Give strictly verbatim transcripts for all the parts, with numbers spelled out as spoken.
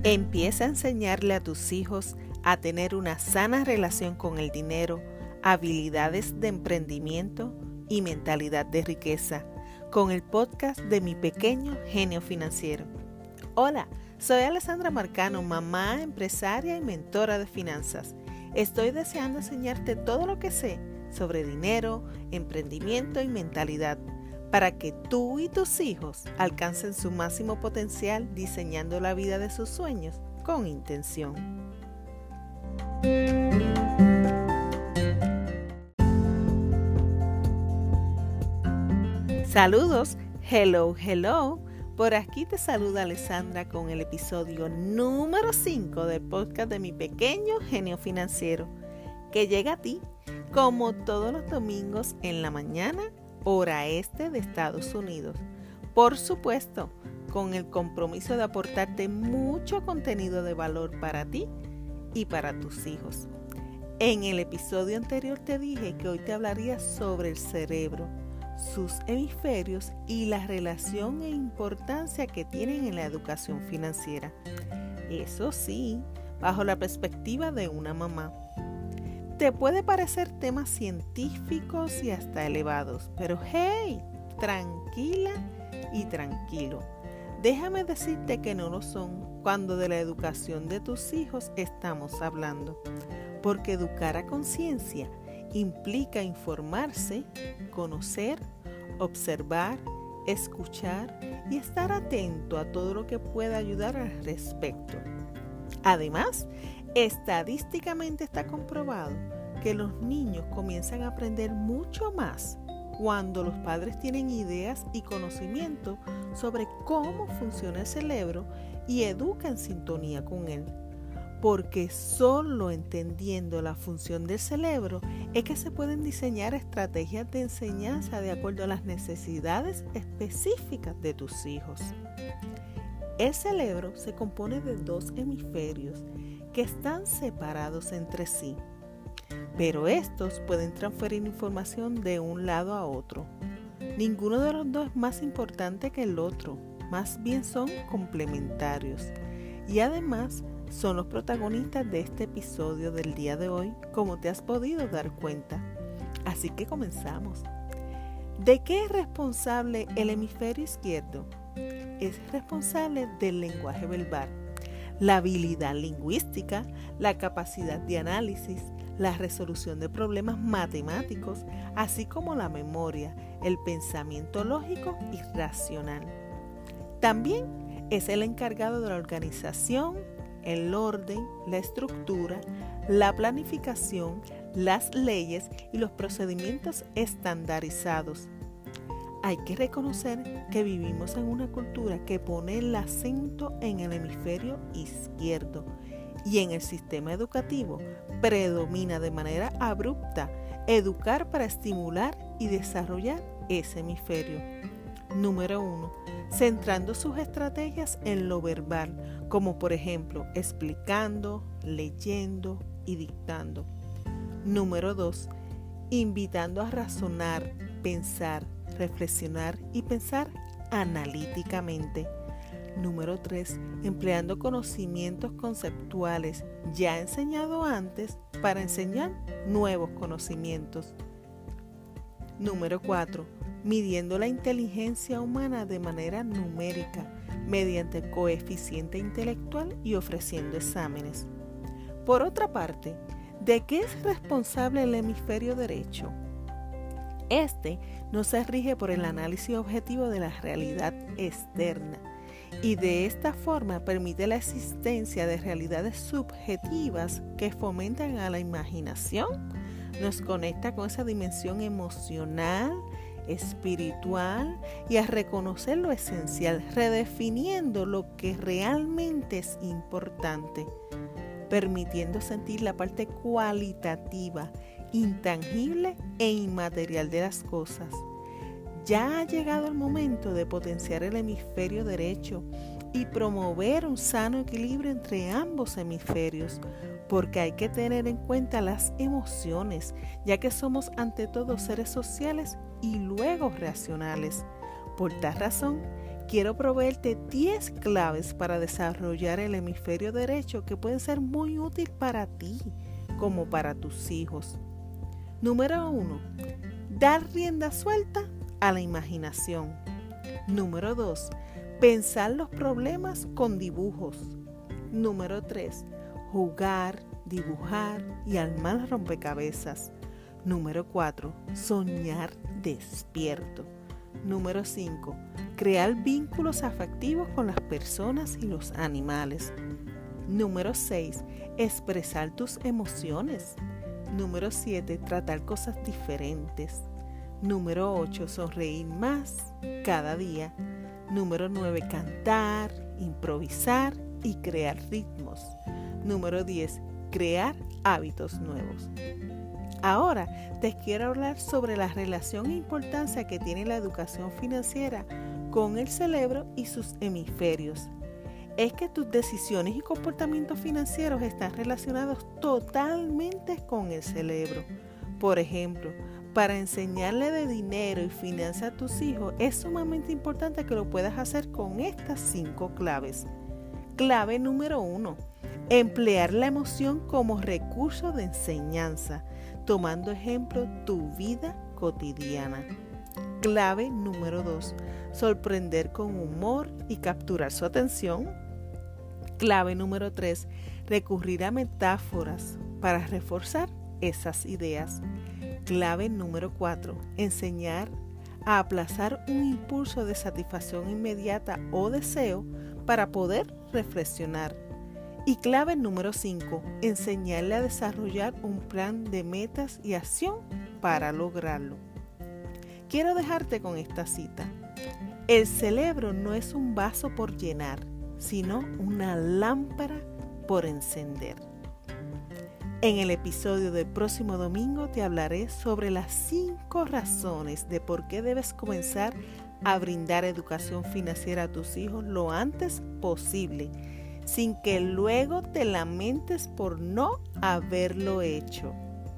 Empieza a enseñarle a tus hijos a tener una sana relación con el dinero, habilidades de emprendimiento y mentalidad de riqueza, con el podcast de Mi Pequeño Genio Financiero. Hola, soy Alessandra Marcano, mamá, empresaria y mentora de finanzas. Estoy deseando enseñarte todo lo que sé sobre dinero, emprendimiento y mentalidad, para que tú y tus hijos alcancen su máximo potencial diseñando la vida de sus sueños con intención. Saludos, hello, hello. Por aquí te saluda Alessandra con el episodio número cinco del podcast de Mi Pequeño Genio Financiero, que llega a ti como todos los domingos en la mañana, hora este de Estados Unidos. Por supuesto, con el compromiso de aportarte mucho contenido de valor para ti y para tus hijos. En el episodio anterior te dije que hoy te hablaría sobre el cerebro, sus hemisferios y la relación e importancia que tienen en la educación financiera. Eso sí, bajo la perspectiva de una mamá. Te puede parecer temas científicos y hasta elevados, pero hey, tranquila y tranquilo. Déjame decirte que no lo son cuando de la educación de tus hijos estamos hablando, porque educar a conciencia implica informarse, conocer, observar, escuchar y estar atento a todo lo que pueda ayudar al respecto. Además, estadísticamente está comprobado que los niños comienzan a aprender mucho más cuando los padres tienen ideas y conocimiento sobre cómo funciona el cerebro y educan en sintonía con él. Porque solo entendiendo la función del cerebro es que se pueden diseñar estrategias de enseñanza de acuerdo a las necesidades específicas de tus hijos. El cerebro se compone de dos hemisferios que están separados entre sí, pero estos pueden transferir información de un lado a otro. Ninguno de los dos es más importante que el otro, más bien son complementarios y además son los protagonistas de este episodio del día de hoy, como te has podido dar cuenta. Así que comenzamos. ¿De qué es responsable el hemisferio izquierdo? Es responsable del lenguaje verbal, la habilidad lingüística, la capacidad de análisis, la resolución de problemas matemáticos, así como la memoria, el pensamiento lógico y racional. También es el encargado de la organización, el orden, la estructura, la planificación, las leyes y los procedimientos estandarizados. Hay que reconocer que vivimos en una cultura que pone el acento en el hemisferio izquierdo y en el sistema educativo predomina de manera abrupta educar para estimular y desarrollar ese hemisferio. Número uno. Centrando sus estrategias en lo verbal, como por ejemplo explicando, leyendo y dictando. Número dos. Invitando a razonar, pensar, reflexionar y pensar analíticamente. Número tres. Empleando conocimientos conceptuales ya enseñado antes para enseñar nuevos conocimientos. Número cuatro. Midiendo la inteligencia humana de manera numérica mediante coeficiente intelectual y ofreciendo exámenes. Por otra parte, ¿de qué es responsable el hemisferio derecho? Este no se rige por el análisis objetivo de la realidad externa y de esta forma permite la existencia de realidades subjetivas que fomentan a la imaginación, nos conecta con esa dimensión emocional, espiritual y a reconocer lo esencial, redefiniendo lo que realmente es importante, permitiendo sentir la parte cualitativa, intangible e inmaterial de las cosas. Ya ha llegado el momento de potenciar el hemisferio derecho y promover un sano equilibrio entre ambos hemisferios, porque hay que tener en cuenta las emociones, ya que somos ante todo seres sociales y luego racionales. Por tal razón quiero proveerte diez claves para desarrollar el hemisferio derecho que pueden ser muy útil para ti como para tus hijos. Número uno. Dar rienda suelta a la imaginación. Número dos. Pensar los problemas con dibujos. Número tres. Jugar, dibujar y armar rompecabezas. Número cuatro. Soñar despierto. Número cinco. Crear vínculos afectivos con las personas y los animales. Número seis. Expresar tus emociones. Número siete. Tratar cosas diferentes. Número ocho. Sonreír más cada día. Número nueve. Cantar, improvisar y crear ritmos. Número diez. Crear hábitos nuevos. Ahora te quiero hablar sobre la relación e importancia que tiene la educación financiera con el cerebro y sus hemisferios. Es que tus decisiones y comportamientos financieros están relacionados totalmente con el cerebro. Por ejemplo, para enseñarle de dinero y finanzas a tus hijos es sumamente importante que lo puedas hacer con estas cinco claves. Clave número uno. Emplear la emoción como recurso de enseñanza, tomando ejemplo tu vida cotidiana. Clave número dos. Sorprender con humor y capturar su atención. Clave número tres. Recurrir a metáforas para reforzar esas ideas. Clave número cuatro. Enseñar a aplazar un impulso de satisfacción inmediata o deseo para poder reflexionar. Y clave número cinco. Enseñarle a desarrollar un plan de metas y acción para lograrlo. Quiero dejarte con esta cita. El cerebro no es un vaso por llenar, sino una lámpara por encender. En el episodio del próximo domingo te hablaré sobre las cinco razones de por qué debes comenzar a brindar educación financiera a tus hijos lo antes posible, sin que luego te lamentes por no haberlo hecho.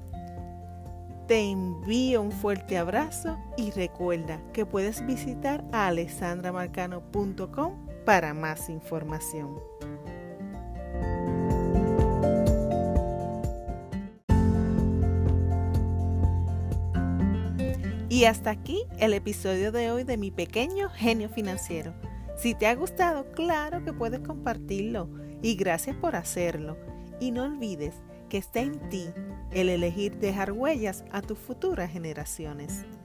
Te envío un fuerte abrazo y recuerda que puedes visitar a alexandra marcano punto com para más información. Y hasta aquí el episodio de hoy de mi pequeño genio financiero. Si te ha gustado, claro que puedes compartirlo y gracias por hacerlo. Y no olvides que está en ti el elegir dejar huellas a tus futuras generaciones.